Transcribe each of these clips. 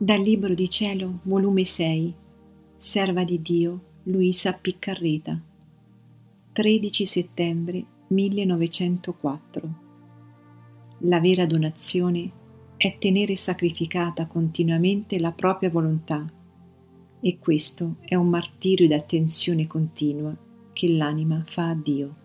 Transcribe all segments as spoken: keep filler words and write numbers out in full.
Dal Libro di Cielo, volume sei, Serva di Dio, Luisa Piccarreta, tredici settembre millenovecentoquattro. La vera donazione è tenere sacrificata continuamente la propria volontà, e questo è un martirio di attenzione continua che l'anima fa a Dio.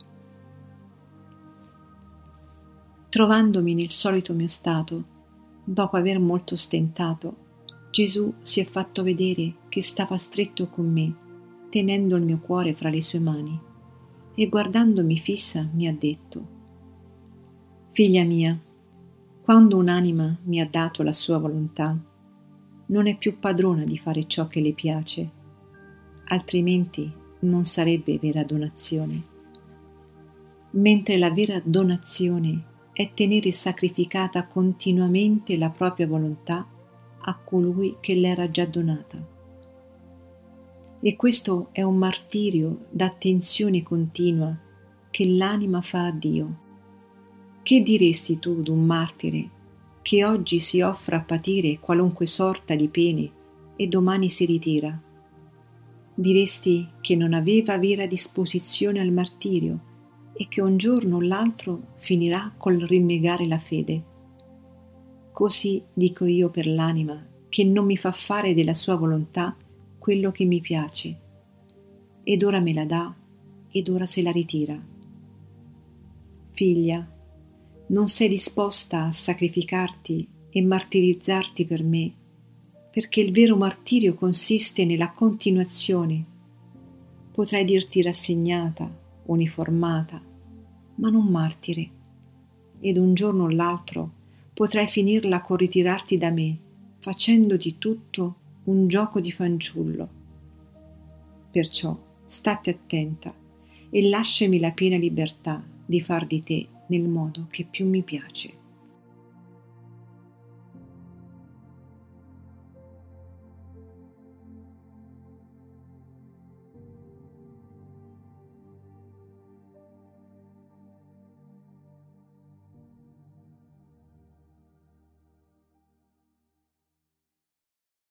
Trovandomi nel solito mio stato, dopo aver molto stentato, Gesù si è fatto vedere che stava stretto con me, tenendo il mio cuore fra le sue mani, e guardandomi fissa mi ha detto: «Figlia mia, quando un'anima mi ha dato la sua volontà, non è più padrona di fare ciò che le piace, altrimenti non sarebbe vera donazione. Mentre la vera donazione è tenere sacrificata continuamente la propria volontà a colui che l'era già donata. E questo è un martirio d'attenzione continua che l'anima fa a Dio. Che diresti tu d'un martire che oggi si offre a patire qualunque sorta di pene e domani si ritira? Diresti che non aveva vera disposizione al martirio e che un giorno o l'altro finirà col rinnegare la fede. Così dico io per l'anima che non mi fa fare della sua volontà quello che mi piace, ed ora me la dà ed ora se la ritira. Figlia, non sei disposta a sacrificarti e martirizzarti per me, perché il vero martirio consiste nella continuazione. Potrei dirti rassegnata, uniformata, ma non martire, ed un giorno o l'altro potrai finirla con ritirarti da me, facendo di tutto un gioco di fanciullo. Perciò state attenta e lasciami la piena libertà di far di te nel modo che più mi piace».